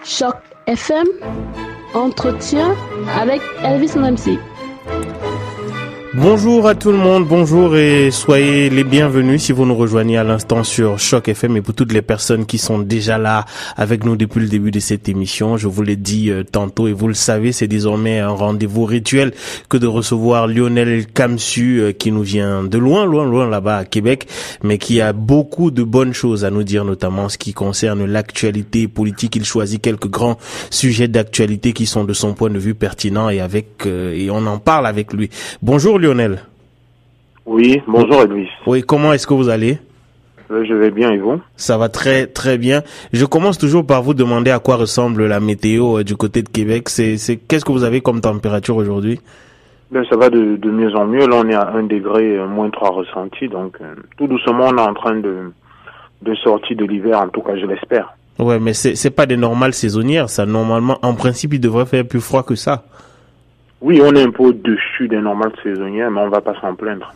Choc FM, entretien avec Elvis Namsi. Bonjour à tout le monde, bonjour et soyez les bienvenus si vous nous rejoignez à l'instant sur Choc FM et pour toutes les personnes qui sont déjà là avec nous depuis le début de cette émission. Je vous l'ai dit tantôt et vous le savez, c'est désormais un rendez-vous rituel que de recevoir Lionel Kamsu qui nous vient de loin là-bas à Québec, mais qui a beaucoup de bonnes choses à nous dire, notamment en ce qui concerne l'actualité politique. Il choisit quelques grands sujets d'actualité qui sont de son point de vue pertinents et et on en parle avec lui. Bonjour Lionel. Oui, bonjour Elvis. Oui, comment est-ce que vous allez? Je vais bien et vous? Ça va très très bien. Je commence toujours par vous demander à quoi ressemble la météo du côté de Québec. Qu'est-ce que vous avez comme température aujourd'hui? Ça va de mieux en mieux. Là, on est à 1 degré, moins 3 ressenti. Donc, tout doucement, on est en train de sortir de l'hiver, en tout cas, je l'espère. Ouais, mais c'est pas des normales saisonnières, ça. Normalement, en principe, il devrait faire plus froid que ça. Oui, on est un peu au-dessus des normales saisonnières, mais on va pas s'en plaindre.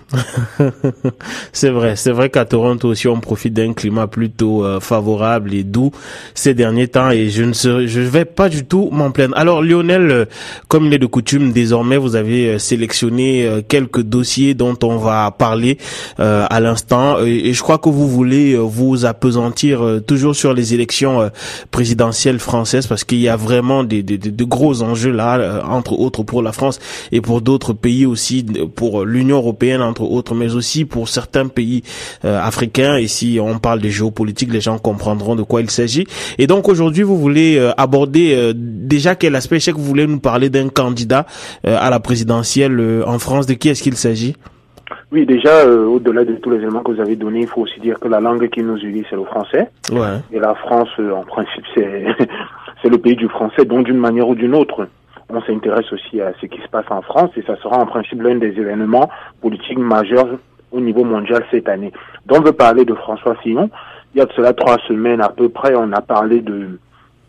C'est vrai qu'à Toronto aussi, on profite d'un climat plutôt favorable et doux ces derniers temps et je vais pas du tout m'en plaindre. Alors Lionel, comme il est de coutume, désormais, vous avez sélectionné quelques dossiers dont on va parler à l'instant et je crois que vous voulez vous appesantir toujours sur les élections présidentielles françaises parce qu'il y a vraiment de gros enjeux là, entre autres pour la France et pour d'autres pays aussi, pour l'Union européenne entre autres, mais aussi pour certains pays africains. Et si on parle de géopolitique, les gens comprendront de quoi il s'agit. Et donc aujourd'hui, vous voulez aborder déjà quel aspect? Je sais que vous voulez nous parler d'un candidat à la présidentielle en France. De qui est-ce qu'il s'agit? Oui, déjà, au-delà de tous les éléments que vous avez donnés, il faut aussi dire que la langue qui nous unit, c'est le français. Ouais. Et la France, en principe, c'est le pays du français, donc d'une manière ou d'une autre. On s'intéresse aussi à ce qui se passe en France et ça sera en principe l'un des événements politiques majeurs au niveau mondial cette année. Donc on veut parler de François Fillon. Il y a de cela 3 semaines à peu près, on a parlé de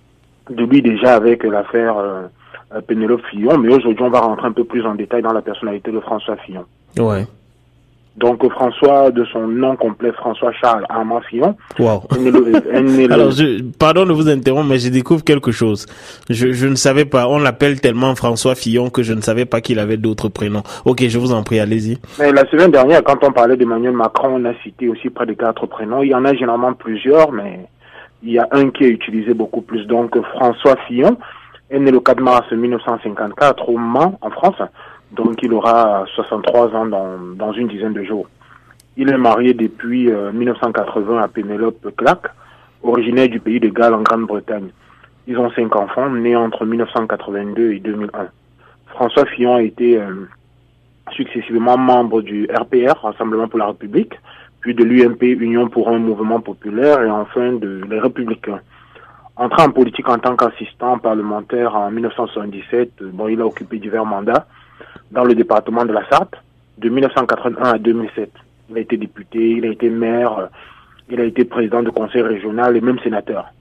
lui déjà avec l'affaire Pénélope Fillon, mais aujourd'hui on va rentrer un peu plus en détail dans la personnalité de François Fillon. Ouais. Donc François, de son nom complet, François Charles Armand Fillon. Wow. Alors, pardon de vous interrompre, mais je découvre quelque chose. Je ne savais pas, on l'appelle tellement François Fillon que je ne savais pas qu'il avait d'autres prénoms. Ok, je vous en prie, allez-y. Mais la semaine dernière, quand on parlait d'Emmanuel Macron, on a cité aussi près de 4 prénoms. Il y en a généralement plusieurs, mais il y a un qui est utilisé beaucoup plus. Donc François Fillon est né le 4 mars 1954 au Mans, en France. Donc il aura 63 ans dans une dizaine de jours. Il est marié depuis 1980 à Pénélope Clark, originaire du pays de Galles en Grande-Bretagne. Ils ont 5 enfants, nés entre 1982 et 2001. François Fillon a été successivement membre du RPR, Rassemblement pour la République, puis de l'UMP, Union pour un mouvement populaire, et enfin de les Républicains. Entré en politique en tant qu'assistant parlementaire en 1977, il a occupé divers mandats dans le département de la Sarthe, de 1981 à 2007. Il a été député, il a été maire, il a été président du conseil régional et même sénateur.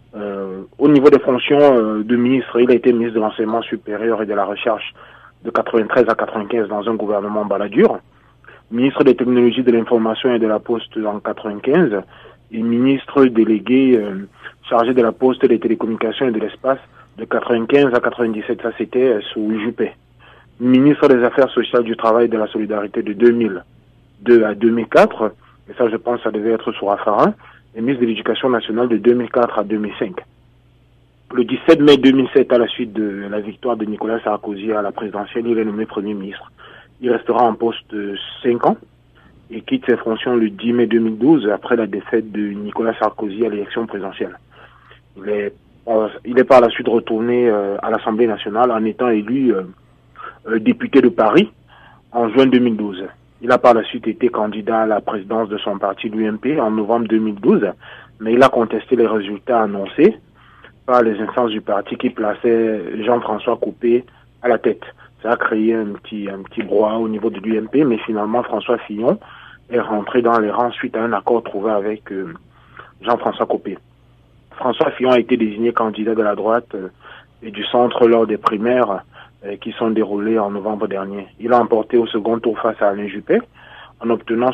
Au niveau des fonctions de ministre, il a été ministre de l'enseignement supérieur et de la recherche de 93 à 95 dans un gouvernement Balladur, ministre des technologies de l'information et de la poste en 95 et ministre délégué chargé de la poste, des télécommunications et de l'espace de 95 à 97. Ça, c'était sous Juppé. Ministre des Affaires sociales, du travail et de la solidarité de 2002 à 2004, et ça je pense ça devait être sous Raffarin, et ministre de l'Éducation nationale de 2004 à 2005. Le 17 mai 2007, à la suite de la victoire de Nicolas Sarkozy à la présidentielle, il est nommé Premier ministre. Il restera en poste 5 ans et quitte ses fonctions le 10 mai 2012 après la défaite de Nicolas Sarkozy à l'élection présidentielle. Il est par la suite retourné à l'Assemblée nationale en étant élu député de Paris en juin 2012. Il a par la suite été candidat à la présidence de son parti, l'UMP, en novembre 2012, mais il a contesté les résultats annoncés par les instances du parti qui plaçaient Jean-François Copé à la tête. Ça a créé un petit brouhaha au niveau de l'UMP, mais finalement François Fillon est rentré dans les rangs suite à un accord trouvé avec Jean-François Copé. François Fillon a été désigné candidat de la droite et du centre lors des primaires qui sont déroulés en novembre dernier. Il a emporté au second tour face à Alain Juppé en obtenant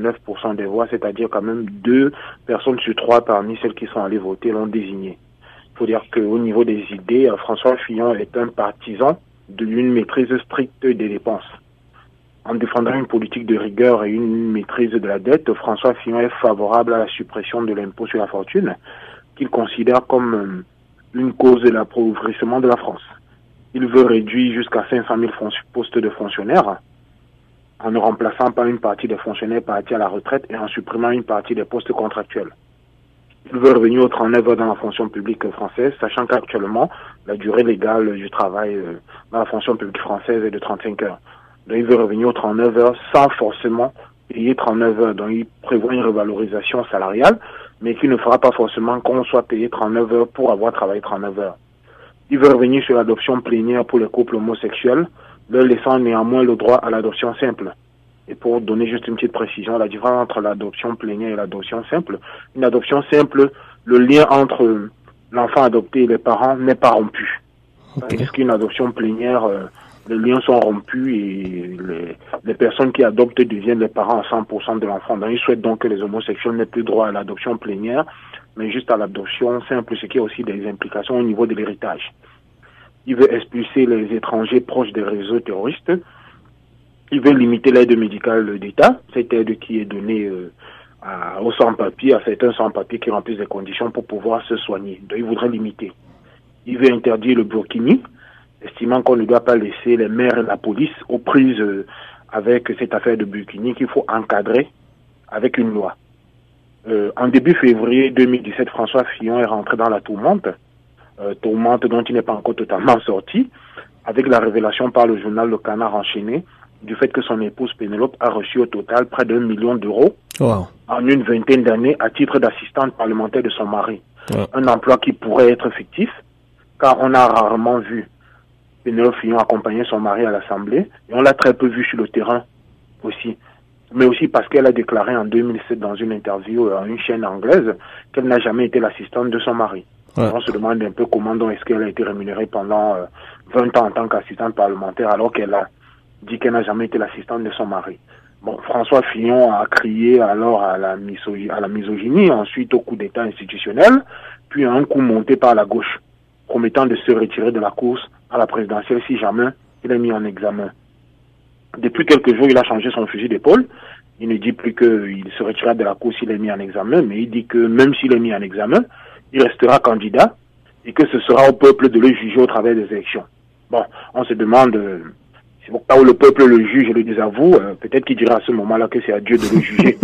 66,49% des voix, c'est-à-dire quand même 2 personnes sur 3 parmi celles qui sont allées voter l'ont désigné. Il faut dire qu'au niveau des idées, François Fillon est un partisan d'une maîtrise stricte des dépenses. En défendant une politique de rigueur et une maîtrise de la dette, François Fillon est favorable à la suppression de l'impôt sur la fortune, qu'il considère comme une cause de l'appauvrissement de la France. Il veut réduire jusqu'à 500 000 postes de fonctionnaires en ne remplaçant pas une partie des fonctionnaires partis à la retraite et en supprimant une partie des postes contractuels. Il veut revenir au 39 heures dans la fonction publique française, sachant qu'actuellement, la durée légale du travail dans la fonction publique française est de 35 heures. Donc, il veut revenir aux 39 heures sans forcément payer 39 heures. Donc, il prévoit une revalorisation salariale, mais qui ne fera pas forcément qu'on soit payé 39 heures pour avoir travaillé 39 heures. Il veut revenir sur l'adoption plénière pour les couples homosexuels, leur laissant néanmoins le droit à l'adoption simple. Et pour donner juste une petite précision, la différence entre l'adoption plénière et l'adoption simple, une adoption simple, le lien entre l'enfant adopté et les parents n'est pas rompu. Okay. Parce qu'une adoption plénière, les liens sont rompus et les personnes qui adoptent deviennent les parents à 100% de l'enfant. Donc, ils souhaitent donc que les homosexuels n'aient plus droit à l'adoption plénière, mais juste à l'adoption simple, ce qui a aussi des implications au niveau de l'héritage. Il veut expulser les étrangers proches des réseaux terroristes. Il veut limiter l'aide médicale d'État, cette aide qui est donnée aux sans-papiers, à certains sans-papiers qui remplissent les conditions pour pouvoir se soigner. Donc, il voudrait limiter. Il veut interdire le burkini, estimant qu'on ne doit pas laisser les maires et la police aux prises avec cette affaire de burkini qu'il faut encadrer avec une loi. En début février 2017, François Fillon est rentré dans la tourmente dont il n'est pas encore totalement sorti, avec la révélation par le journal Le Canard enchaîné du fait que son épouse Pénélope a reçu au total près d'1 million d'euros en une vingtaine d'années à titre d'assistante parlementaire de son mari. Un emploi qui pourrait être fictif, car on a rarement vu Pénélope Fillon accompagner son mari à l'Assemblée, et on l'a très peu vu sur le terrain aussi. Mais aussi parce qu'elle a déclaré en 2007 dans une interview à une chaîne anglaise qu'elle n'a jamais été l'assistante de son mari. On se demande un peu comment donc est-ce qu'elle a été rémunérée pendant 20 ans en tant qu'assistante parlementaire alors qu'elle a dit qu'elle n'a jamais été l'assistante de son mari. Bon, François Fillon a crié alors à la misogynie, ensuite au coup d'État institutionnel, puis à un coup monté par la gauche, promettant de se retirer de la course à la présidentielle si jamais il est mis en examen. Depuis quelques jours, il a changé son fusil d'épaule. Il ne dit plus qu'il se retirera de la course s'il est mis en examen, mais il dit que même s'il est mis en examen, il restera candidat et que ce sera au peuple de le juger au travers des élections. Bon, on se demande, c'est pourquoi le peuple le juge et le désavoue, peut-être qu'il dira à ce moment-là que c'est à Dieu de le juger.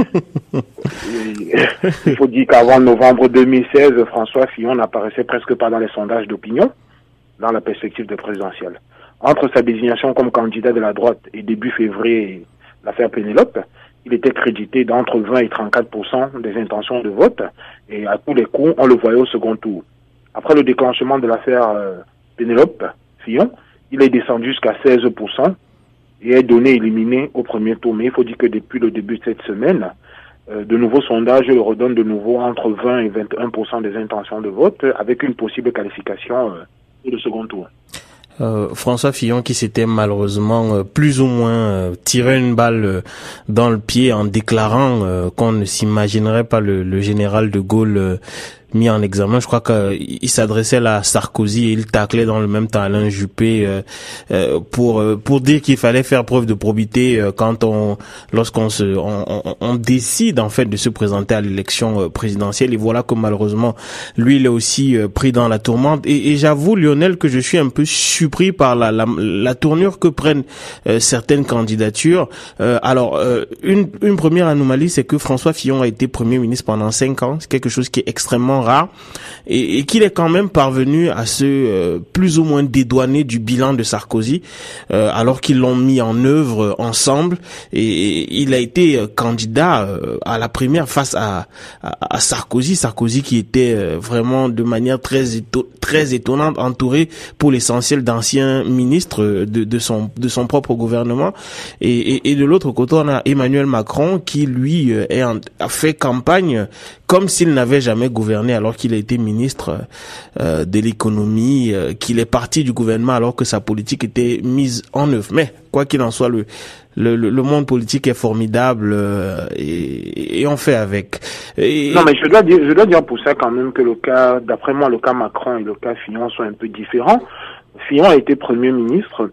Il faut dire qu'avant novembre 2016, François Fillon n'apparaissait presque pas dans les sondages d'opinion, dans la perspective de présidentielle. Entre sa désignation comme candidat de la droite et début février, l'affaire Pénélope, il était crédité d'entre 20 et 34% des intentions de vote, et à tous les coups, on le voyait au second tour. Après le déclenchement de l'affaire Pénélope Fillon, il est descendu jusqu'à 16% et est donné éliminé au premier tour. Mais il faut dire que depuis le début de cette semaine, de nouveaux sondages le redonnent de nouveau entre 20 et 21% des intentions de vote, avec une possible qualification au second tour. François Fillon qui s'était malheureusement plus ou moins tiré une balle dans le pied en déclarant qu'on ne s'imaginerait pas le général de Gaulle mis en examen. Je crois qu'il s'adressait là à Sarkozy et il taclait dans le même temps Alain Juppé pour dire qu'il fallait faire preuve de probité lorsqu'on décide en fait de se présenter à l'élection présidentielle. Et voilà que malheureusement lui il est aussi pris dans la tourmente et j'avoue Lionel que je suis un peu surpris par la tournure que prennent certaines candidatures. Une première anomalie, c'est que François Fillon a été Premier ministre pendant 5 ans. C'est quelque chose qui est extrêmement rare et qu'il est quand même parvenu à se plus ou moins dédouaner du bilan de Sarkozy alors qu'ils l'ont mis en œuvre ensemble et il a été candidat à la primaire face à Sarkozy qui était vraiment de manière très étonnante entouré pour l'essentiel d'anciens ministres de son propre gouvernement et de l'autre côté on a Emmanuel Macron qui lui a fait campagne comme s'il n'avait jamais gouverné alors qu'il a été ministre de l'économie, qu'il est parti du gouvernement alors que sa politique était mise en œuvre. Mais quoi qu'il en soit, le monde politique est formidable et on fait avec. Non, mais je dois dire pour ça quand même que d'après moi, le cas Macron et le cas Fillon sont un peu différents. Fillon a été Premier ministre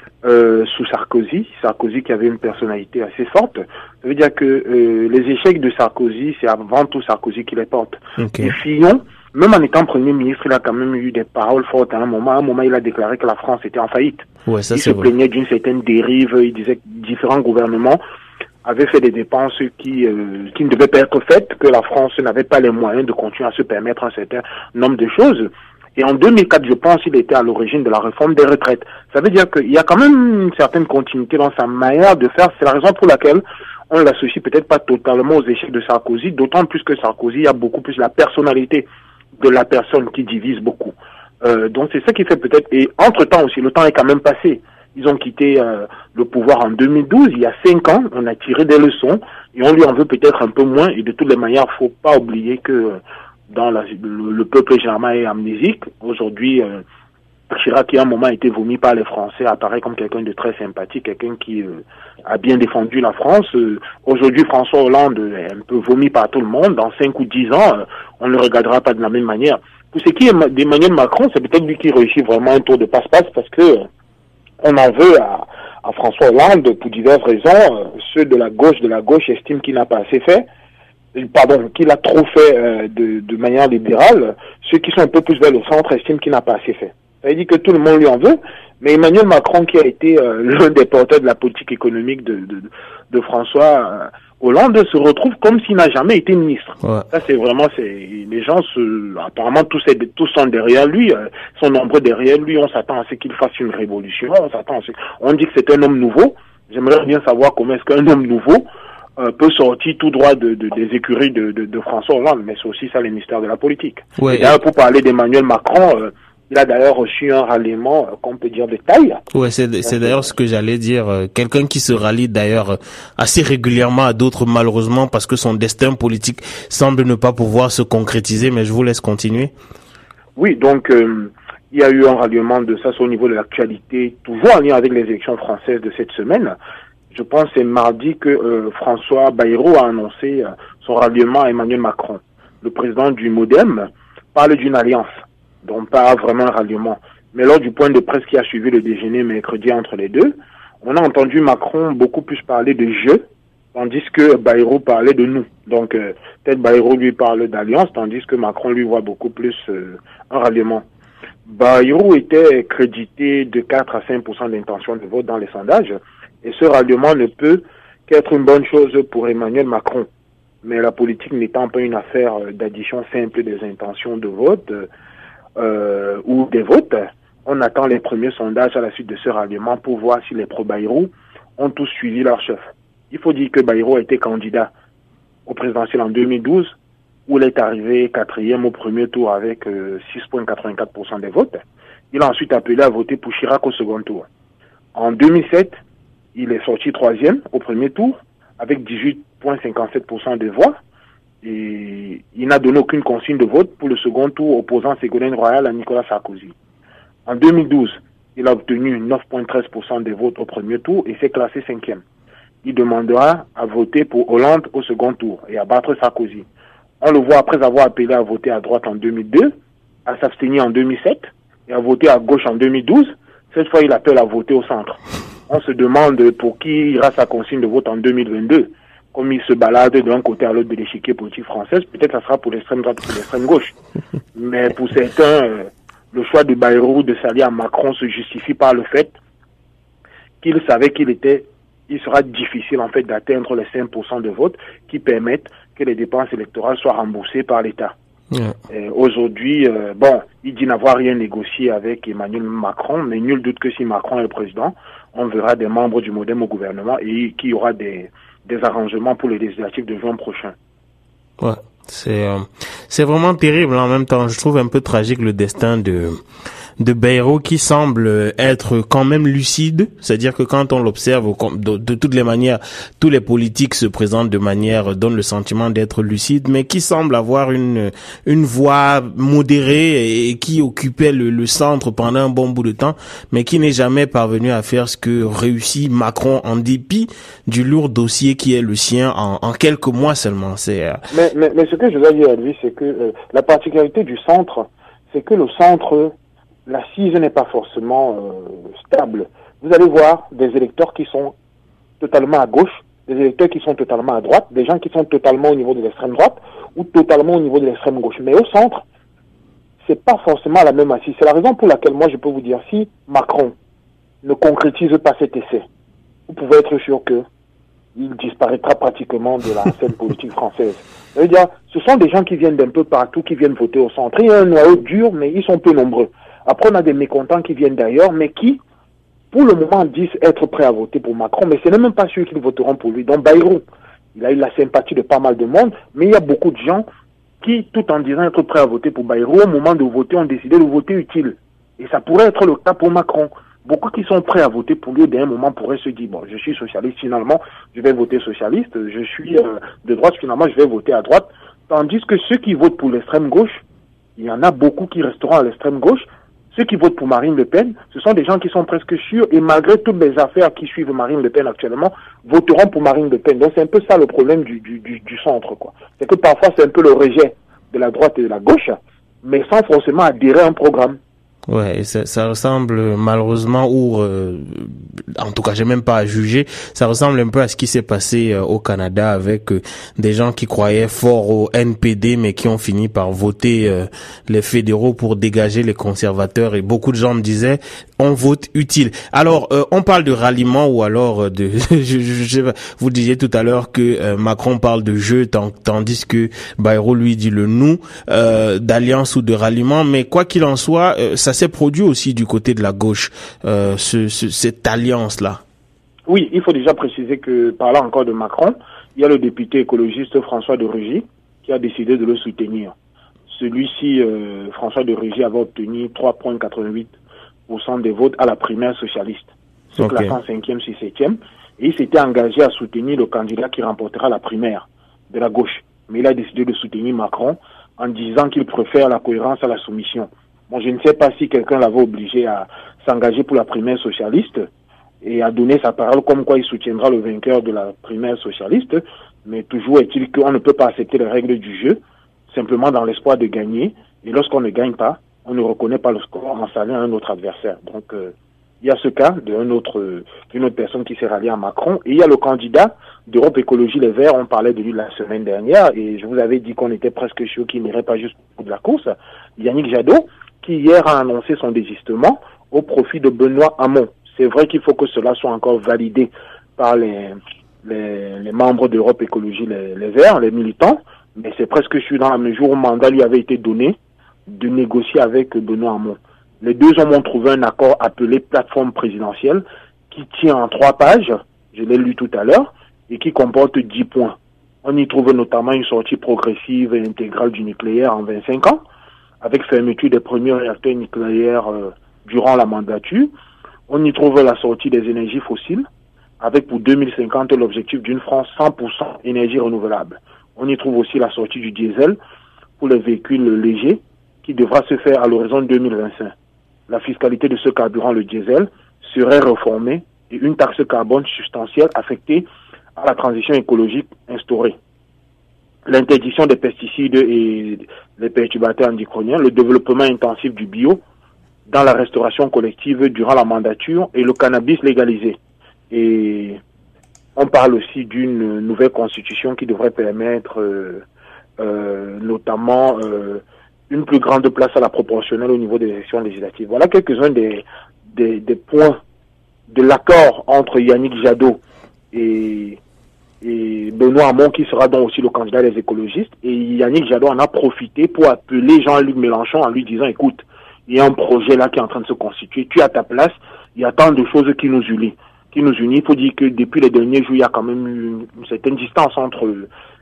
sous Sarkozy qui avait une personnalité assez forte. Ça veut dire que les échecs de Sarkozy, c'est avant tout Sarkozy qui les porte. Okay. Et Fillon, même en étant Premier ministre, il a quand même eu des paroles fortes à un moment. À un moment, il a déclaré que la France était en faillite. Ouais, ça, il se plaignait d'une certaine dérive. Il disait que différents gouvernements avaient fait des dépenses qui ne devaient pas être faites, que la France n'avait pas les moyens de continuer à se permettre un certain nombre de choses. Et en 2004, je pense, il était à l'origine de la réforme des retraites. Ça veut dire qu'il y a quand même une certaine continuité dans sa manière de faire. C'est la raison pour laquelle on l'associe peut-être pas totalement aux échecs de Sarkozy, d'autant plus que Sarkozy a beaucoup plus la personnalité de la personne qui divise beaucoup. Donc c'est ça qui fait peut-être... Et entre-temps aussi, le temps est quand même passé. Ils ont quitté le pouvoir en 2012, il y a 5 ans, on a tiré des leçons, et on lui en veut peut-être un peu moins, et de toutes les manières, faut pas oublier que dans le peuple germain est amnésique. Aujourd'hui, Chirac, qui à un moment a été vomi par les Français, apparaît comme quelqu'un de très sympathique, quelqu'un qui a bien défendu la France. Aujourd'hui, François Hollande est un peu vomi par tout le monde. Dans 5 ou 10 ans, on ne le regardera pas de la même manière. Pour ce qui est d'Emmanuel Macron, c'est peut-être lui qui réussit vraiment un tour de passe-passe parce que on en veut à François Hollande pour diverses raisons. Ceux de la gauche estiment qu'il n'a pas assez fait. Qu'il a trop fait de manière libérale. Ceux qui sont un peu plus vers le centre estiment qu'il n'a pas assez fait. Ça veut dire que tout le monde lui en veut, mais Emmanuel Macron, qui a été l'un des porteurs de la politique économique de François Hollande, se retrouve comme s'il n'a jamais été ministre. Ouais. Ça, c'est vraiment, les gens apparemment tous sont derrière lui, sont nombreux derrière lui. On s'attend à ce qu'il fasse une révolution. On dit que c'est un homme nouveau. J'aimerais bien savoir comment est-ce qu'un homme nouveau peut sortir tout droit des écuries de François Hollande, mais c'est aussi ça les mystères de la politique. Ouais, et d'ailleurs, pour parler d'Emmanuel Macron, il a d'ailleurs reçu un ralliement qu'on peut dire de taille. Ouais, c'est d'ailleurs ce que j'allais dire. Quelqu'un qui se rallie d'ailleurs assez régulièrement à d'autres, malheureusement, parce que son destin politique semble ne pas pouvoir se concrétiser, mais je vous laisse continuer. Oui, donc il y a eu un ralliement de ça, c'est au niveau de l'actualité, toujours en lien avec les élections françaises de cette semaine. Je pense que c'est mardi que François Bayrou a annoncé son ralliement à Emmanuel Macron. Le président du MoDem parle d'une alliance, donc pas vraiment un ralliement. Mais lors du point de presse qui a suivi le déjeuner mercredi entre les deux, on a entendu Macron beaucoup plus parler de « je », tandis que Bayrou parlait de « nous ». Donc peut-être Bayrou lui parle d'alliance, tandis que Macron lui voit beaucoup plus un ralliement. Bayrou était crédité de 4 à 5% d'intention de vote dans les sondages. Et ce ralliement ne peut qu'être une bonne chose pour Emmanuel Macron. Mais la politique n'étant pas une affaire d'addition simple des intentions de vote ou des votes, on attend les premiers sondages à la suite de ce ralliement pour voir si les pro-Bayrou ont tous suivi leur chef. Il faut dire que Bayrou a été candidat au présidentiel en 2012, où il est arrivé 4e au premier tour avec 6,84% des votes. Il a ensuite appelé à voter pour Chirac au second tour. En 2007, il est sorti 3e au premier tour avec 18,57% des voix et il n'a donné aucune consigne de vote pour le second tour opposant Ségolène Royal à Nicolas Sarkozy. En 2012, il a obtenu 9,13% des votes au premier tour et s'est classé 5e. Il demandera à voter pour Hollande au second tour et à battre Sarkozy. On le voit après avoir appelé à voter à droite en 2002, à s'abstenir en 2007 et à voter à gauche en 2012. Cette fois, il appelle à voter au centre. On se demande pour qui ira sa consigne de vote en 2022. Comme il se balade d'un côté à l'autre de l'échiquier politique française, peut-être ça sera pour l'extrême droite ou pour l'extrême gauche. Mais pour certains, le choix de Bayrou de s'allier à Macron se justifie par le fait qu'il savait il sera difficile en fait d'atteindre les 5% de vote qui permettent que les dépenses électorales soient remboursées par l'État. Aujourd'hui, il dit n'avoir rien négocié avec Emmanuel Macron, mais nul doute que si Macron est le président, on verra des membres du MoDem au gouvernement et qu'il y aura des arrangements pour les législatives de juin prochain. Ouais, c'est vraiment terrible en même temps. Je trouve un peu tragique le destin de de Bayrou qui semble être quand même lucide, c'est-à-dire que quand on l'observe de toutes les manières, tous les politiques se présentent de manière, donnent le sentiment d'être lucide, mais qui semble avoir une voix modérée et qui occupait le centre pendant un bon bout de temps, mais qui n'est jamais parvenu à faire ce que réussit Macron en dépit du lourd dossier qui est le sien en quelques mois seulement. Mais ce que je dois dire à lui, c'est que la particularité du centre, c'est que le centre, l'assise n'est pas forcément stable. Vous allez voir des électeurs qui sont totalement à gauche, des électeurs qui sont totalement à droite, des gens qui sont totalement au niveau de l'extrême droite ou totalement au niveau de l'extrême gauche. Mais au centre, c'est pas forcément la même assise. C'est la raison pour laquelle moi je peux vous dire, si Macron ne concrétise pas cet essai, vous pouvez être sûr que il disparaîtra pratiquement de la scène politique française. Ça veut dire, ce sont des gens qui viennent d'un peu partout, qui viennent voter au centre. Il y a un noyau dur, mais ils sont peu nombreux. Après, on a des mécontents qui viennent d'ailleurs, mais qui, pour le moment, disent être prêts à voter pour Macron. Mais ce n'est même pas sûr qu'ils voteront pour lui. Donc, Bayrou, il a eu la sympathie de pas mal de monde, mais il y a beaucoup de gens qui, tout en disant être prêts à voter pour Bayrou, au moment de voter, ont décidé de voter utile. Et ça pourrait être le cas pour Macron. Beaucoup qui sont prêts à voter pour lui, d'un moment pourraient se dire, bon, je suis socialiste, finalement, je vais voter socialiste, je suis de droite, finalement, je vais voter à droite. Tandis que ceux qui votent pour l'extrême gauche, il y en a beaucoup qui resteront à l'extrême gauche. Ceux qui votent pour Marine Le Pen, ce sont des gens qui sont presque sûrs, et malgré toutes les affaires qui suivent Marine Le Pen actuellement, voteront pour Marine Le Pen. Donc c'est un peu ça le problème du centre, quoi. C'est que parfois c'est un peu le rejet de la droite et de la gauche, mais sans forcément adhérer à un programme. Ouais, et ça ressemble malheureusement, en tout cas j'ai même pas à juger, ça ressemble un peu à ce qui s'est passé au Canada avec des gens qui croyaient fort au NPD mais qui ont fini par voter les fédéraux pour dégager les conservateurs, et beaucoup de gens me disaient on vote utile. Alors on parle de ralliement ou alors de vous disiez tout à l'heure que Macron parle de jeu tandis que Bayrou lui dit le nous, d'alliance ou de ralliement, mais quoi qu'il en soit, ça s'est produit aussi du côté de la gauche, cette alliance-là. Oui, il faut déjà préciser que, parlant encore de Macron, il y a le député écologiste François de Rugy qui a décidé de le soutenir. Celui-ci, François de Rugy, avait obtenu 3,88% des votes à la primaire socialiste, se classant 5e sur 7e, et il s'était engagé à soutenir le candidat qui remportera la primaire de la gauche. Mais il a décidé de soutenir Macron en disant qu'il préfère la cohérence à la soumission. Bon, je ne sais pas si quelqu'un l'avait obligé à s'engager pour la primaire socialiste et à donner sa parole comme quoi il soutiendra le vainqueur de la primaire socialiste, mais toujours est-il qu'on ne peut pas accepter les règles du jeu, simplement dans l'espoir de gagner, et lorsqu'on ne gagne pas, on ne reconnaît pas le score en s'alliant à un autre adversaire. Donc, il y a ce cas d'une autre personne qui s'est ralliée à Macron, et il y a le candidat d'Europe Écologie Les Verts, on parlait de lui la semaine dernière, et je vous avais dit qu'on était presque sûr qu'il n'irait pas juste pour de la course, Yannick Jadot, qui hier a annoncé son désistement au profit de Benoît Hamon. C'est vrai qu'il faut que cela soit encore validé par les membres d'Europe Écologie les Verts, les militants, mais c'est presque sûr dans la mesure où le mandat lui avait été donné de négocier avec Benoît Hamon. Les deux hommes ont trouvé un accord appelé plateforme présidentielle qui tient en 3 pages, je l'ai lu tout à l'heure, et qui comporte 10 points. On y trouve notamment une sortie progressive et intégrale du nucléaire en 25 ans, avec fermeture des premiers réacteurs nucléaires durant la mandature. On y trouve la sortie des énergies fossiles, avec pour 2050 l'objectif d'une France 100% énergie renouvelable. On y trouve aussi la sortie du diesel pour les véhicules légers, qui devra se faire à l'horizon 2025. La fiscalité de ce carburant, le diesel, serait réformée et une taxe carbone substantielle affectée à la transition écologique instaurée. L'interdiction des pesticides et des perturbateurs endocriniens, le développement intensif du bio dans la restauration collective durant la mandature et le cannabis légalisé. Et on parle aussi d'une nouvelle constitution qui devrait permettre notamment une plus grande place à la proportionnelle au niveau des élections législatives. Voilà quelques-uns des points de l'accord entre Yannick Jadot et Benoît Hamon, qui sera donc aussi le candidat des écologistes. Et Yannick Jadot en a profité pour appeler Jean-Luc Mélenchon en lui disant, écoute, il y a un projet là qui est en train de se constituer, tu as ta place, il y a tant de choses qui nous unissent. Il faut dire que depuis les derniers jours, il y a quand même une certaine distance entre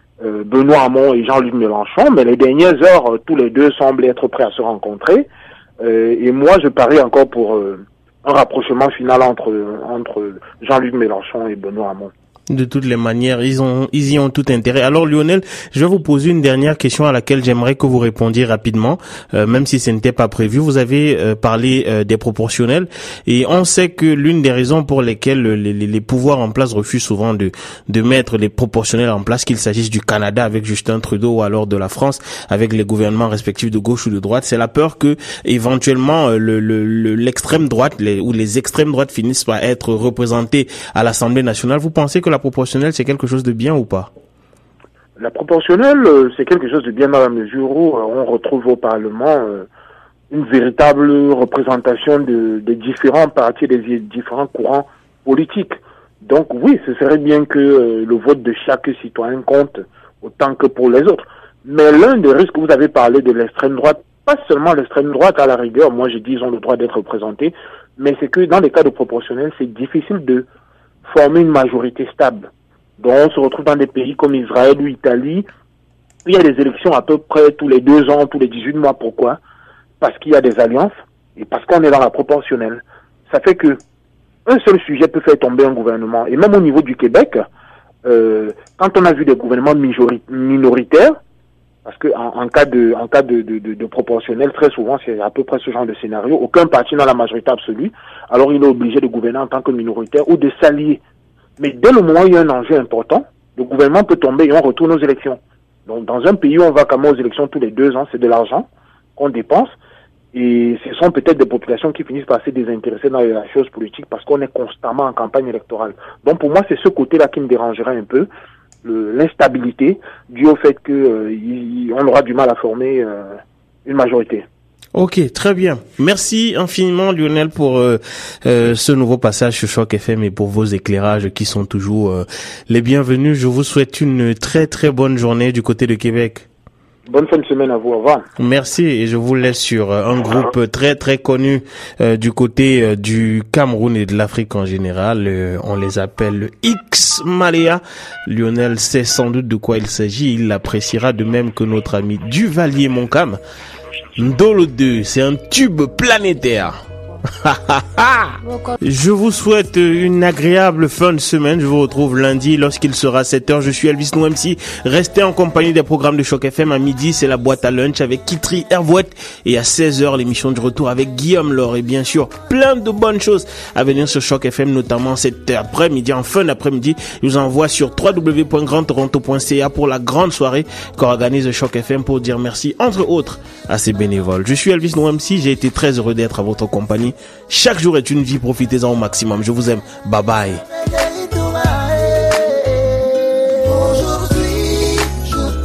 Benoît Hamon et Jean-Luc Mélenchon, mais les dernières heures, tous les deux semblent être prêts à se rencontrer. Et moi, je parie encore pour un rapprochement final entre Jean-Luc Mélenchon et Benoît Hamon. De toutes les manières, ils y ont tout intérêt. Alors Lionel, je vais vous poser une dernière question à laquelle j'aimerais que vous répondiez rapidement, même si ce n'était pas prévu. Vous avez parlé des proportionnels et on sait que l'une des raisons pour lesquelles les pouvoirs en place refusent souvent de mettre les proportionnels en place, qu'il s'agisse du Canada avec Justin Trudeau ou alors de la France avec les gouvernements respectifs de gauche ou de droite, c'est la peur que éventuellement l'extrême droite ou les extrêmes droites finissent par être représentées à l'Assemblée nationale. Vous pensez que la proportionnelle, c'est quelque chose de bien ou pas? La proportionnelle, c'est quelque chose de bien dans la mesure où on retrouve au Parlement une véritable représentation des différents partis, des différents courants politiques. Donc oui, ce serait bien que le vote de chaque citoyen compte autant que pour les autres. Mais l'un des risques, vous avez parlé de l'extrême droite, pas seulement l'extrême droite à la rigueur, moi je dis ils ont le droit d'être représentés, mais c'est que dans les cas de proportionnelle, c'est difficile de former une majorité stable. Donc on se retrouve dans des pays comme Israël ou Italie, il y a des élections à peu près tous les 2 ans, tous les 18 mois. Pourquoi? Parce qu'il y a des alliances et parce qu'on est dans la proportionnelle. Ça fait que un seul sujet peut faire tomber un gouvernement. Et même au niveau du Québec, quand on a vu des gouvernements minoritaires, parce que en cas de proportionnel, très souvent c'est à peu près ce genre de scénario, aucun parti n'a la majorité absolue, alors il est obligé de gouverner en tant que minoritaire ou de s'allier. Mais dès le moment où il y a un enjeu important, le gouvernement peut tomber et on retourne aux élections. Donc dans un pays où on va quand même aux élections tous les 2 ans, c'est de l'argent qu'on dépense et ce sont peut-être des populations qui finissent par se désintéresser dans la chose politique parce qu'on est constamment en campagne électorale. Donc pour moi c'est ce côté-là qui me dérangerait un peu. L'instabilité due au fait que on aura du mal à former une majorité. Ok, très bien. Merci infiniment Lionel pour ce nouveau passage sur Choc FM et pour vos éclairages qui sont toujours les bienvenus. Je vous souhaite une très très bonne journée du côté de Québec. Bonne fin de semaine à vous, au revoir. Merci et je vous laisse sur un groupe très très connu du côté du Cameroun et de l'Afrique en général. On les appelle le X Malea. Lionel sait sans doute de quoi il s'agit. Il l'appréciera de même que notre ami Duvalier Moncam. Ndolo 2, c'est un tube planétaire. Je vous souhaite une agréable fin de semaine. Je vous retrouve lundi lorsqu'il sera 7h. Je suis Elvis Nouemsi. Restez en compagnie des programmes de Choc FM. À midi, c'est la boîte à lunch avec Kitri Hervouette. Et à 16h, l'émission de retour avec Guillaume Laure. Et bien sûr, plein de bonnes choses à venir sur Choc FM, notamment cet après-midi, en fin d'après-midi. Je vous envoie sur www.grandtoronto.ca pour la grande soirée qu'organise Choc FM pour dire merci, entre autres, à ses bénévoles. Je suis Elvis Nouemsi. J'ai été très heureux d'être à votre compagnie. Chaque jour est une vie, profitez-en au maximum. Je vous aime. Bye bye.